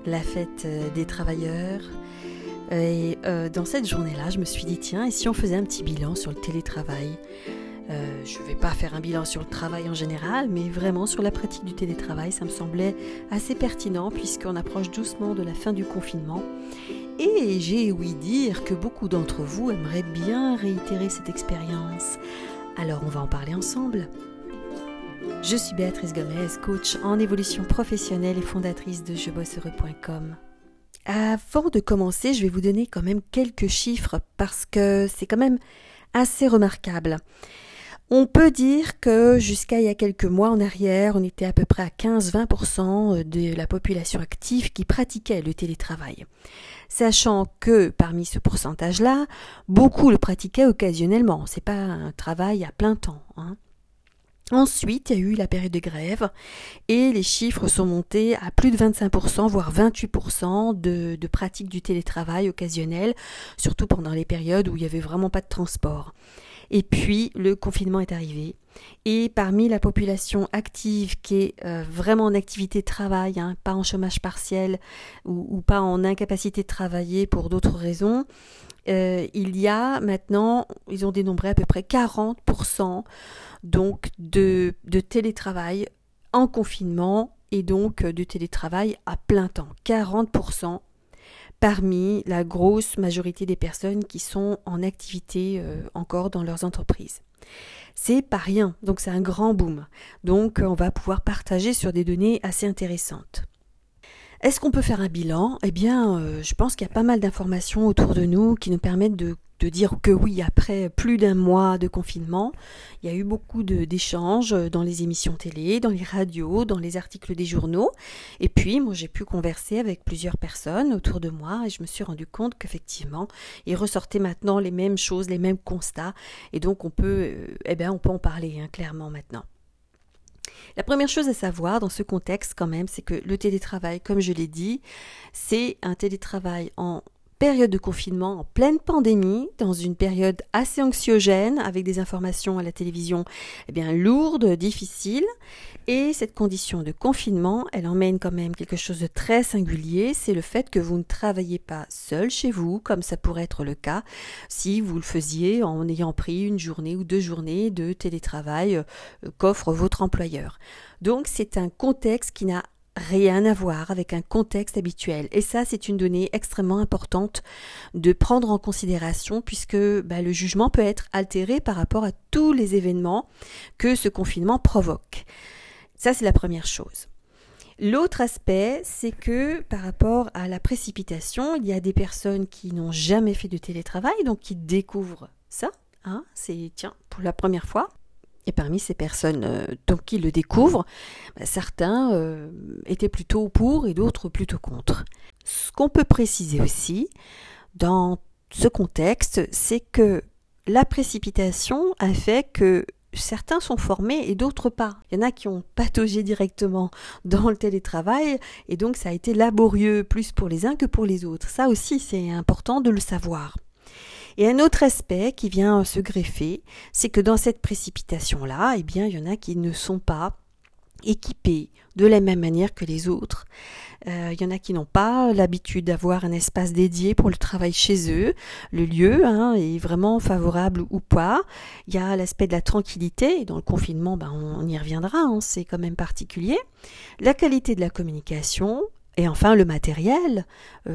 la fête des travailleurs. Et dans cette journée-là, je me suis dit, tiens, et si on faisait un petit bilan sur le télétravail ? Je ne vais pas faire un bilan sur le travail en général, mais vraiment sur la pratique du télétravail, ça me semblait assez pertinent puisqu'on approche doucement de la fin du confinement. Et j'ai ouï dire que beaucoup d'entre vous aimeraient bien réitérer cette expérience. Alors on va en parler ensemble. Je suis Béatrice Gomez, coach en évolution professionnelle et fondatrice de jebosseheureux.com. Avant de commencer, je vais vous donner quand même quelques chiffres parce que c'est quand même assez remarquable. On peut dire que jusqu'à il y a quelques mois en arrière, on était à peu près à 15-20% de la population active qui pratiquait le télétravail. Sachant que parmi ce pourcentage-là, beaucoup le pratiquaient occasionnellement. C'est pas un travail à plein temps, hein. Ensuite, il y a eu la période de grève et les chiffres sont montés à plus de 25%, voire 28% de pratique du télétravail occasionnel, surtout pendant les périodes où il n'y avait vraiment pas de transport. Et puis, le confinement est arrivé. Et parmi la population active qui est vraiment en activité de travail, hein, pas en chômage partiel ou pas en incapacité de travailler pour d'autres raisons, il y a maintenant, ils ont dénombré à peu près 40% donc de télétravail en confinement et donc de télétravail à plein temps. 40% parmi la grosse majorité des personnes qui sont en activité encore dans leurs entreprises. C'est pas rien, donc c'est un grand boom. Donc on va pouvoir partager sur des données assez intéressantes. Est-ce qu'on peut faire un bilan ? Eh bien, je pense qu'il y a pas mal d'informations autour de nous qui nous permettent de dire que oui, après plus d'un mois de confinement, il y a eu beaucoup d'échanges dans les émissions télé, dans les radios, dans les articles des journaux. Et puis, moi, j'ai pu converser avec plusieurs personnes autour de moi et je me suis rendu compte qu'effectivement, il ressortait maintenant les mêmes choses, les mêmes constats. Et donc, on peut en parler clairement maintenant. La première chose à savoir dans ce contexte quand même, c'est que le télétravail, comme je l'ai dit, c'est un télétravail en période de confinement, en pleine pandémie, dans une période assez anxiogène, avec des informations à la télévision lourdes, difficiles. Et cette condition de confinement, elle emmène quand même quelque chose de très singulier, c'est le fait que vous ne travaillez pas seul chez vous, comme ça pourrait être le cas si vous le faisiez en ayant pris une journée ou 2 journées de télétravail qu'offre votre employeur. Donc c'est un contexte qui n'a rien à voir avec un contexte habituel. Et ça, c'est une donnée extrêmement importante de prendre en considération puisque le jugement peut être altéré par rapport à tous les événements que ce confinement provoque. Ça, c'est la première chose. L'autre aspect, c'est que par rapport à la précipitation, il y a des personnes qui n'ont jamais fait de télétravail, donc qui découvrent ça. C'est pour la première fois. Et parmi ces personnes qui le découvrent, certains étaient plutôt pour et d'autres plutôt contre. Ce qu'on peut préciser aussi dans ce contexte, c'est que la précipitation a fait que certains sont formés et d'autres pas. Il y en a qui ont pataugé directement dans le télétravail et donc ça a été laborieux plus pour les uns que pour les autres. Ça aussi, c'est important de le savoir. Et un autre aspect qui vient se greffer, c'est que dans cette précipitation-là, il y en a qui ne sont pas équipés de la même manière que les autres. Il y en a qui n'ont pas l'habitude d'avoir un espace dédié pour le travail chez eux. Le lieu est vraiment favorable ou pas. Il y a l'aspect de la tranquillité. Et dans le confinement, on y reviendra, c'est quand même particulier. La qualité de la communication. Et enfin, le matériel,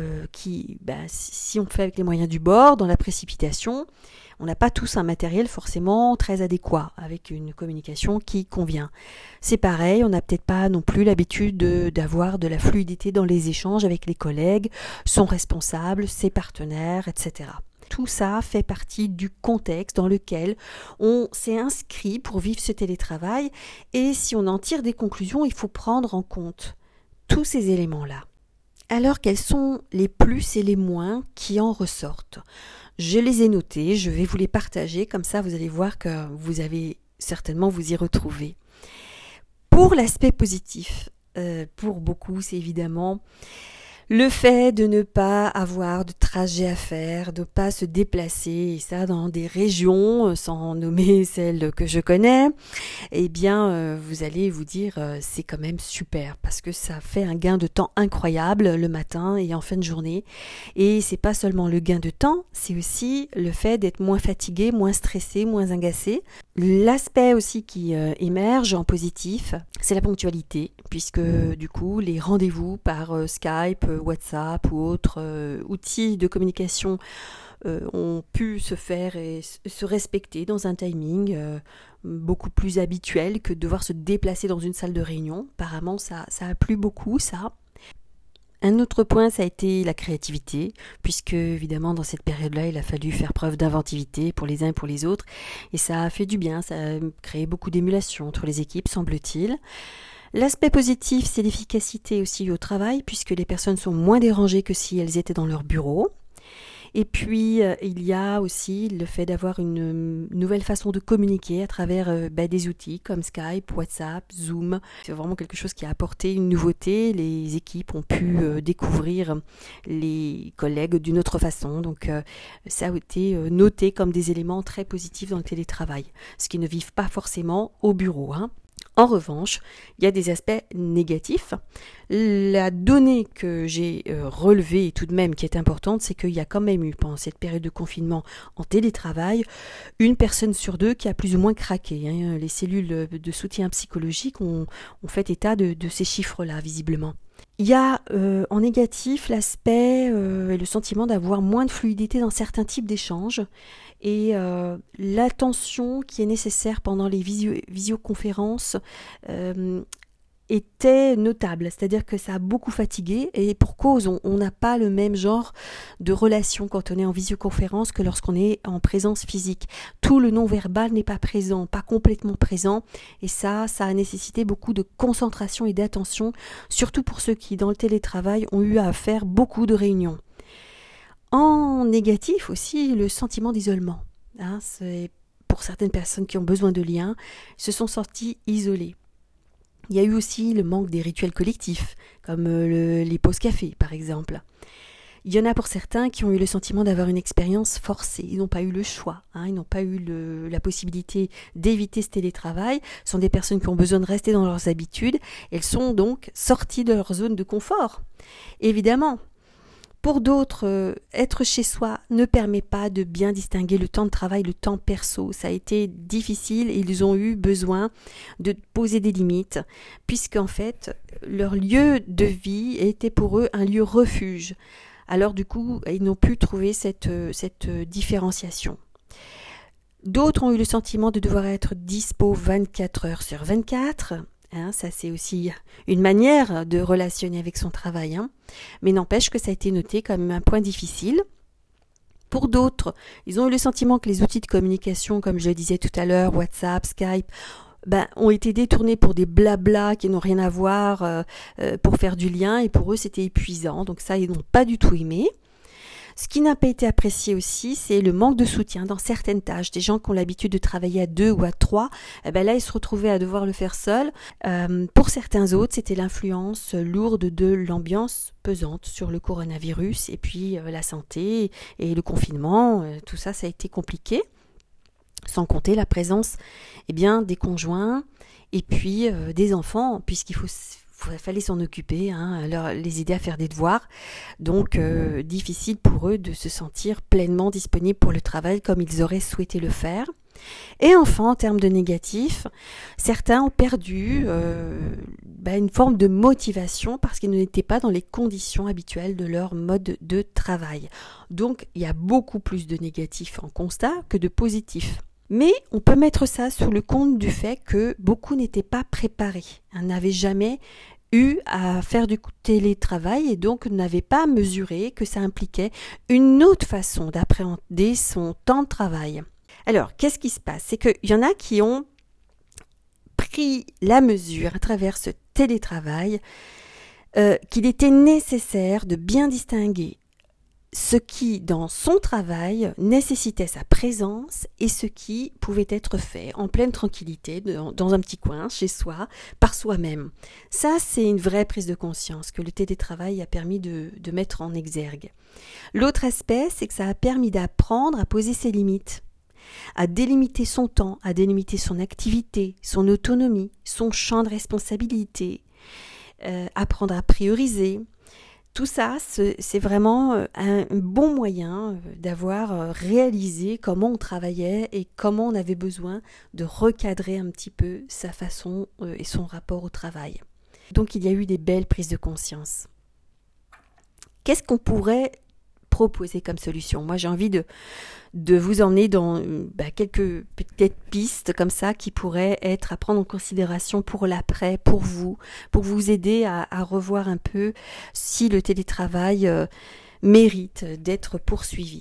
si on fait avec les moyens du bord, dans la précipitation, on n'a pas tous un matériel forcément très adéquat, avec une communication qui convient. C'est pareil, on n'a peut-être pas non plus l'habitude d'avoir de la fluidité dans les échanges avec les collègues, son responsable, ses partenaires, etc. Tout ça fait partie du contexte dans lequel on s'est inscrit pour vivre ce télétravail, et si on en tire des conclusions, il faut prendre en compte tous ces éléments-là. Alors, quels sont les plus et les moins qui en ressortent ? Je les ai notés, je vais vous les partager, comme ça vous allez voir que vous allez certainement vous y retrouver. Pour l'aspect positif, pour beaucoup, c'est évidemment Le fait de ne pas avoir de trajet à faire, de ne pas se déplacer, et ça dans des régions, sans nommer celles que je connais, eh bien vous allez vous dire c'est quand même super parce que ça fait un gain de temps incroyable le matin et en fin de journée. Et c'est pas seulement le gain de temps, c'est aussi le fait d'être moins fatigué, moins stressé, moins agacé. L'aspect aussi qui émerge en positif, c'est la ponctualité, puisque du coup les rendez-vous par Skype, WhatsApp ou autres outils de communication ont pu se faire et se respecter dans un timing beaucoup plus habituel que de devoir se déplacer dans une salle de réunion. Apparemment ça a plu beaucoup ça. Un autre point, ça a été la créativité, puisque évidemment dans cette période-là, il a fallu faire preuve d'inventivité pour les uns et pour les autres, et ça a fait du bien, ça a créé beaucoup d'émulation entre les équipes, semble-t-il. L'aspect positif, c'est l'efficacité aussi au travail, puisque les personnes sont moins dérangées que si elles étaient dans leur bureau. Et puis, il y a aussi le fait d'avoir une nouvelle façon de communiquer à travers des outils comme Skype, WhatsApp, Zoom. C'est vraiment quelque chose qui a apporté une nouveauté. Les équipes ont pu découvrir les collègues d'une autre façon. Donc, ça a été noté comme des éléments très positifs dans le télétravail, ce qui ne vivent pas forcément au bureau, hein. En revanche, il y a des aspects négatifs. La donnée que j'ai relevée tout de même qui est importante, c'est qu'il y a quand même eu pendant cette période de confinement en télétravail, une personne sur deux qui a plus ou moins craqué, hein. Les cellules de soutien psychologique ont fait état de ces chiffres-là visiblement. Il y a en négatif l'aspect et le sentiment d'avoir moins de fluidité dans certains types d'échanges et l'attention qui est nécessaire pendant les visioconférences était notable, c'est-à-dire que ça a beaucoup fatigué et pour cause, on n'a pas le même genre de relation quand on est en visioconférence que lorsqu'on est en présence physique. Tout le non-verbal n'est pas présent, pas complètement présent et ça a nécessité beaucoup de concentration et d'attention, surtout pour ceux qui, dans le télétravail, ont eu à faire beaucoup de réunions. En négatif aussi, le sentiment d'isolement. Hein, c'est pour certaines personnes qui ont besoin de liens, se sont senties isolées. Il y a eu aussi le manque des rituels collectifs, comme les pauses café par exemple. Il y en a pour certains qui ont eu le sentiment d'avoir une expérience forcée. Ils n'ont pas eu le choix, hein, ils n'ont pas eu la possibilité d'éviter ce télétravail. Ce sont des personnes qui ont besoin de rester dans leurs habitudes. Elles sont donc sorties de leur zone de confort. Évidemment, pour d'autres, être chez soi ne permet pas de bien distinguer le temps de travail, le temps perso. Ça a été difficile et ils ont eu besoin de poser des limites, puisqu'en fait, leur lieu de vie était pour eux un lieu refuge. Alors du coup, ils n'ont pu trouver cette différenciation. D'autres ont eu le sentiment de devoir être dispo 24 heures sur 24. Hein, ça c'est aussi une manière de relationner avec son travail, hein. Mais n'empêche que ça a été noté comme un point difficile. Pour d'autres, ils ont eu le sentiment que les outils de communication, comme je le disais tout à l'heure, WhatsApp, Skype, ont été détournés pour des blablas qui n'ont rien à voir pour faire du lien et pour eux c'était épuisant, donc ça ils n'ont pas du tout aimé. Ce qui n'a pas été apprécié aussi, c'est le manque de soutien dans certaines tâches. Des gens qui ont l'habitude de travailler à 2 ou à 3, là ils se retrouvaient à devoir le faire seuls. Pour certains autres, c'était l'influence lourde de l'ambiance pesante sur le coronavirus et puis la santé et le confinement. Tout ça, ça a été compliqué. Sans compter la présence des conjoints et puis des enfants, puisqu'il fallait s'en occuper, hein, les aider à faire des devoirs. Donc, difficile pour eux de se sentir pleinement disponibles pour le travail comme ils auraient souhaité le faire. Et enfin, en termes de négatif, certains ont perdu une forme de motivation parce qu'ils n'étaient pas dans les conditions habituelles de leur mode de travail. Donc, il y a beaucoup plus de négatifs en constat que de positifs. Mais on peut mettre ça sous le compte du fait que beaucoup n'étaient pas préparés, n'avaient jamais eu à faire du télétravail et donc n'avaient pas mesuré que ça impliquait une autre façon d'appréhender son temps de travail. Alors, qu'est-ce qui se passe? C'est qu'il y en a qui ont pris la mesure à travers ce télétravail qu'il était nécessaire de bien distinguer ce qui, dans son travail, nécessitait sa présence et ce qui pouvait être fait en pleine tranquillité, dans un petit coin, chez soi, par soi-même. Ça, c'est une vraie prise de conscience que le télétravail a permis de mettre en exergue. L'autre aspect, c'est que ça a permis d'apprendre à poser ses limites, à délimiter son temps, à délimiter son activité, son autonomie, son champ de responsabilité, apprendre à prioriser. Tout ça, c'est vraiment un bon moyen d'avoir réalisé comment on travaillait et comment on avait besoin de recadrer un petit peu sa façon et son rapport au travail. Donc il y a eu des belles prises de conscience. Qu'est-ce qu'on pourrait proposer comme solution ? Moi, j'ai envie de vous emmener dans quelques petites pistes comme ça qui pourraient être à prendre en considération pour l'après, pour vous aider à revoir un peu si le télétravail mérite d'être poursuivi.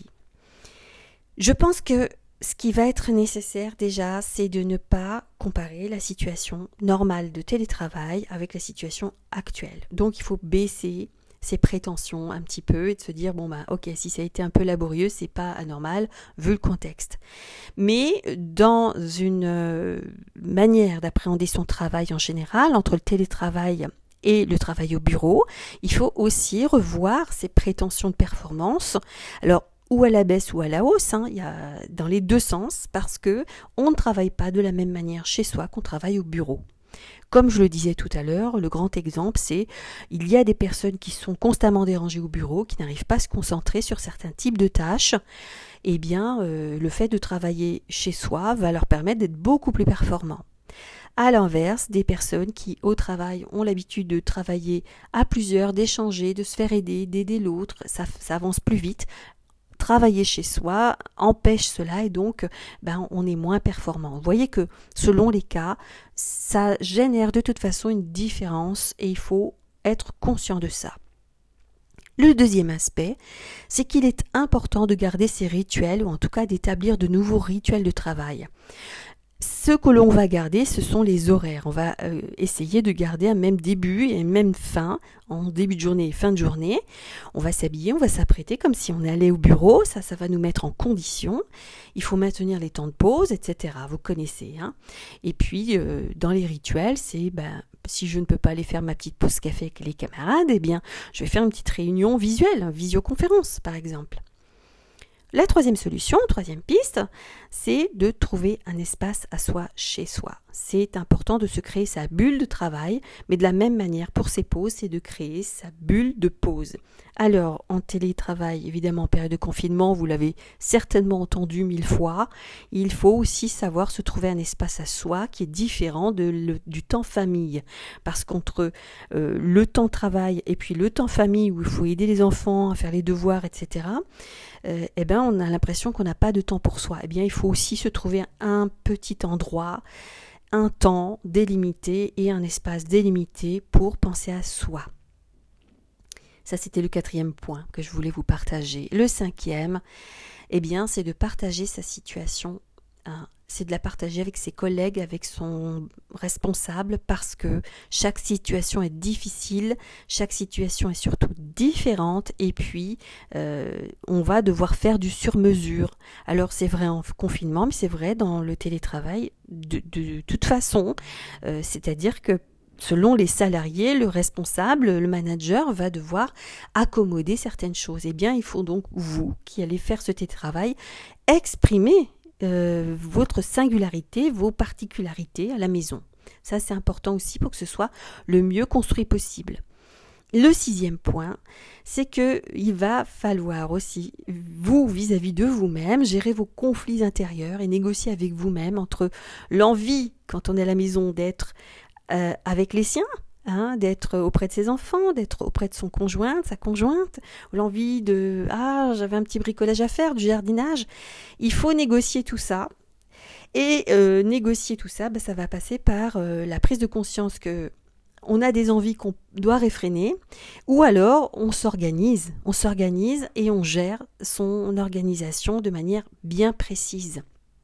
Je pense que ce qui va être nécessaire déjà, c'est de ne pas comparer la situation normale de télétravail avec la situation actuelle. Donc, il faut baisser ses prétentions un petit peu et de se dire ok, si ça a été un peu laborieux, c'est pas anormal vu le contexte. Mais dans une manière d'appréhender son travail en général, entre le télétravail et le travail au bureau, il faut aussi revoir ses prétentions de performance. Alors, ou à la baisse ou à la hausse, il y a dans les deux sens, parce que on ne travaille pas de la même manière chez soi qu'on travaille au bureau. Comme je le disais tout à l'heure, le grand exemple, c'est il y a des personnes qui sont constamment dérangées au bureau, qui n'arrivent pas à se concentrer sur certains types de tâches. Eh bien, le fait de travailler chez soi va leur permettre d'être beaucoup plus performants. À l'inverse, des personnes qui, au travail, ont l'habitude de travailler à plusieurs, d'échanger, de se faire aider, d'aider l'autre, ça avance plus vite. Travailler chez soi empêche cela et donc on est moins performant. Vous voyez que selon les cas, ça génère de toute façon une différence et il faut être conscient de ça. Le deuxième aspect, c'est qu'il est important de garder ses rituels ou en tout cas d'établir de nouveaux rituels de travail. Ce que l'on va garder, ce sont les horaires. On va essayer de garder un même début et une même fin, en début de journée et fin de journée. On va s'habiller, on va s'apprêter comme si on allait au bureau. Ça va nous mettre en condition. Il faut maintenir les temps de pause, etc. Vous connaissez. Et puis, dans les rituels, c'est si je ne peux pas aller faire ma petite pause café avec les camarades, eh bien, je vais faire une petite réunion visuelle, une visioconférence par exemple. La troisième solution, troisième piste, c'est de trouver un espace à soi chez soi. C'est important de se créer sa bulle de travail, mais de la même manière pour ses pauses, c'est de créer sa bulle de pause. Alors, en télétravail, évidemment en période de confinement, vous l'avez certainement entendu 1000 fois, il faut aussi savoir se trouver un espace à soi qui est différent du temps famille. Parce qu'entre le temps travail et puis le temps famille où il faut aider les enfants à faire les devoirs, etc., on a l'impression qu'on n'a pas de temps pour soi. Eh bien, il faut aussi se trouver un petit endroit, un temps délimité et un espace délimité pour penser à soi. Ça, c'était le 4e point que je voulais vous partager. Le 5e, c'est de partager sa situation. C'est de la partager avec ses collègues, avec son responsable, parce que chaque situation est difficile, chaque situation est surtout différente, et puis on va devoir faire du sur-mesure. Alors c'est vrai en confinement, mais c'est vrai dans le télétravail de toute façon, c'est-à-dire que selon les salariés, le responsable, le manager va devoir accommoder certaines choses. Eh bien, il faut donc, vous qui allez faire ce télétravail, exprimer votre singularité, vos particularités à la maison. Ça, c'est important aussi pour que ce soit le mieux construit possible. Le 6e point, c'est qu'il va falloir aussi, vous, vis-à-vis de vous-même, gérer vos conflits intérieurs et négocier avec vous-même entre l'envie, quand on est à la maison, d'être avec les siens, d'être auprès de ses enfants, d'être auprès de son conjoint, de sa conjointe, l'envie de j'avais un petit bricolage à faire, du jardinage. Il faut négocier tout ça. Et négocier tout ça, ça va passer par la prise de conscience que on a des envies qu'on doit réfréner, ou alors on s'organise et on gère son organisation de manière bien précise.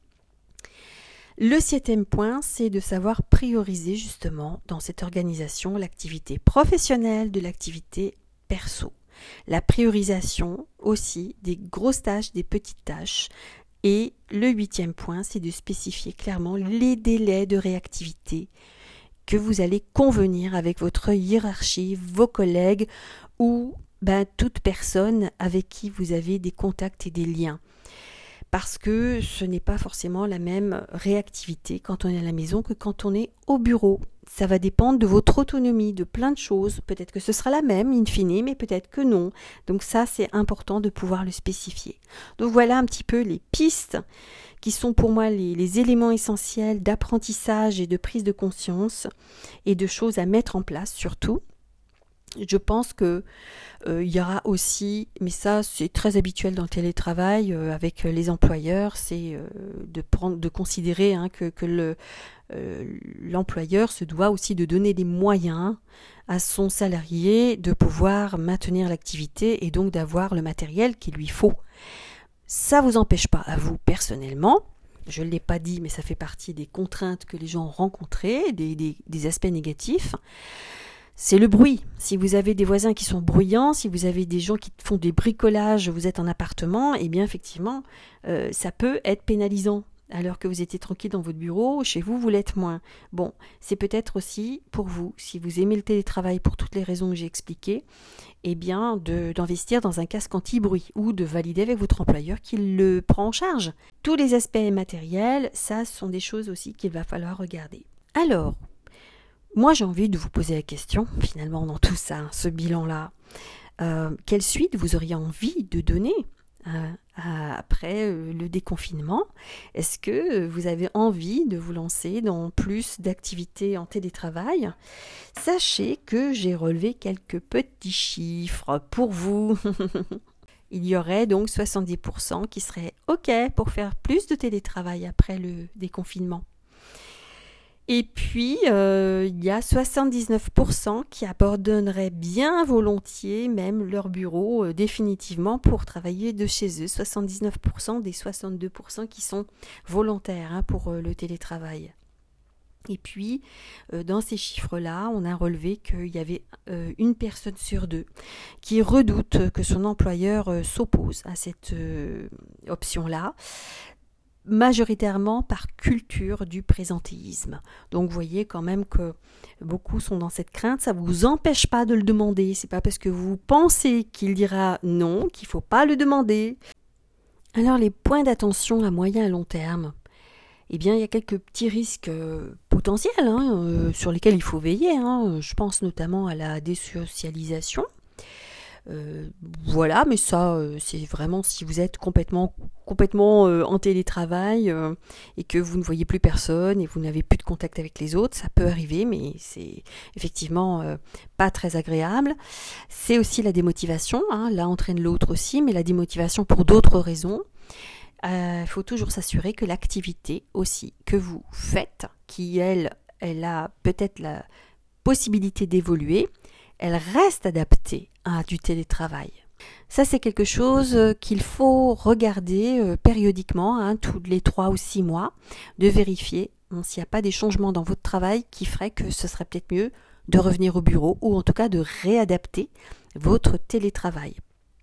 Le 7e point, c'est de savoir prioriser justement dans cette organisation l'activité professionnelle de l'activité perso. la priorisation aussi des grosses tâches, des petites tâches. Et le 8e point, c'est de spécifier clairement les délais de réactivité que vous allez convenir avec votre hiérarchie, vos collègues ou toute personne avec qui vous avez des contacts et des liens. Parce que ce n'est pas forcément la même réactivité quand on est à la maison que quand on est au bureau. Ça va dépendre de votre autonomie, de plein de choses. Peut-être que ce sera la même, in fine, mais peut-être que non. Donc ça, c'est important de pouvoir le spécifier. Donc voilà un petit peu les pistes qui sont pour moi les éléments essentiels d'apprentissage et de prise de conscience et de choses à mettre en place surtout. Je pense que il y aura aussi, mais ça c'est très habituel dans le télétravail avec les employeurs, c'est de considérer que l'employeur se doit aussi de donner des moyens à son salarié de pouvoir maintenir l'activité et donc d'avoir le matériel qu'il lui faut. Ça ne vous empêche pas à vous personnellement, je ne l'ai pas dit mais ça fait partie des contraintes que les gens ont rencontrées, des aspects négatifs. C'est le bruit. Si vous avez des voisins qui sont bruyants, si vous avez des gens qui font des bricolages, vous êtes en appartement, eh bien effectivement, ça peut être pénalisant. Alors que vous étiez tranquille dans votre bureau, chez vous, vous l'êtes moins. Bon, c'est peut-être aussi pour vous, si vous aimez le télétravail pour toutes les raisons que j'ai expliquées, eh bien d'investir dans un casque anti-bruit ou de valider avec votre employeur qu'il le prend en charge. Tous les aspects matériels, ça sont des choses aussi qu'il va falloir regarder. Alors, moi, j'ai envie de vous poser la question, finalement, dans tout ça, ce bilan-là. Quelle suite vous auriez envie de donner après le déconfinement? Est-ce que vous avez envie de vous lancer dans plus d'activités en télétravail? Sachez que j'ai relevé quelques petits chiffres pour vous. Il y aurait donc 70% qui seraient OK pour faire plus de télétravail après le déconfinement. Et puis, il y a 79% qui abandonneraient bien volontiers même leur bureau définitivement pour travailler de chez eux. 79% des 62% qui sont volontaires pour le télétravail. Et puis, dans ces chiffres-là, on a relevé qu'il y avait une personne sur deux qui redoute que son employeur s'oppose à cette option-là, majoritairement par culture du présentéisme. Donc vous voyez quand même que beaucoup sont dans cette crainte, ça ne vous empêche pas de le demander, c'est pas parce que vous pensez qu'il dira non qu'il ne faut pas le demander. Alors les points d'attention à moyen et long terme, eh bien il y a quelques petits risques potentiels sur lesquels il faut veiller, je pense notamment à la désocialisation. Voilà, mais ça, c'est vraiment si vous êtes complètement en télétravail et que vous ne voyez plus personne et vous n'avez plus de contact avec les autres, ça peut arriver, mais c'est effectivement pas très agréable. C'est aussi la démotivation, l'un entraîne l'autre aussi, mais la démotivation pour d'autres raisons. Il faut toujours s'assurer que l'activité aussi que vous faites, qui elle a peut-être la possibilité d'évoluer, elle reste adaptée à du télétravail. Ça, c'est quelque chose qu'il faut regarder périodiquement, tous les 3 ou 6 mois, de vérifier s'il n'y a pas des changements dans votre travail qui feraient que ce serait peut-être mieux de revenir au bureau ou en tout cas de réadapter votre télétravail.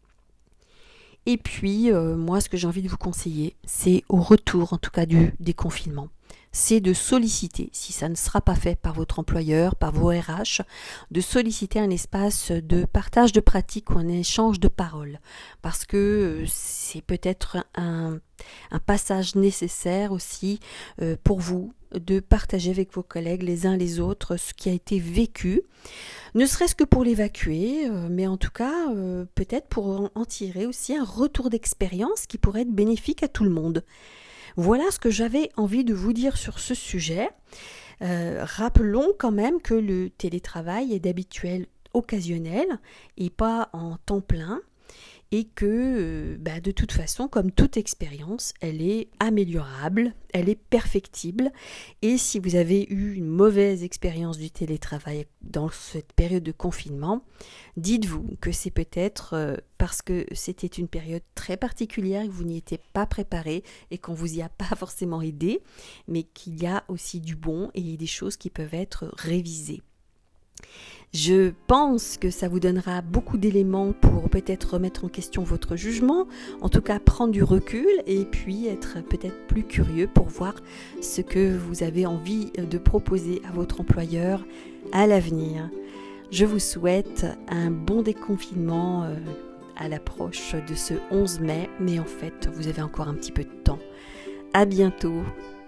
Et puis, moi, ce que j'ai envie de vous conseiller, c'est au retour, en tout cas, du déconfinement, c'est de solliciter, si ça ne sera pas fait par votre employeur, par vos RH, de solliciter un espace de partage de pratiques ou un échange de paroles. Parce que c'est peut-être un passage nécessaire aussi pour vous de partager avec vos collègues les uns les autres ce qui a été vécu, ne serait-ce que pour l'évacuer, mais en tout cas peut-être pour en tirer aussi un retour d'expérience qui pourrait être bénéfique à tout le monde. Voilà ce que j'avais envie de vous dire sur ce sujet. Rappelons quand même que le télétravail est d'habituel occasionnel et pas en temps plein et que de toute façon, comme toute expérience, elle est améliorable, elle est perfectible et si vous avez eu une mauvaise expérience du télétravail dans cette période de confinement, dites-vous que c'est peut-être parce que c'était une période très particulière, que vous n'y étiez pas préparé et qu'on vous y a pas forcément aidé, mais qu'il y a aussi du bon et des choses qui peuvent être révisées. Je pense que ça vous donnera beaucoup d'éléments pour peut-être remettre en question votre jugement, en tout cas prendre du recul et puis être peut-être plus curieux pour voir ce que vous avez envie de proposer à votre employeur à l'avenir. Je vous souhaite un bon déconfinement à l'approche de ce 11 mai, mais en fait, vous avez encore un petit peu de temps. À bientôt.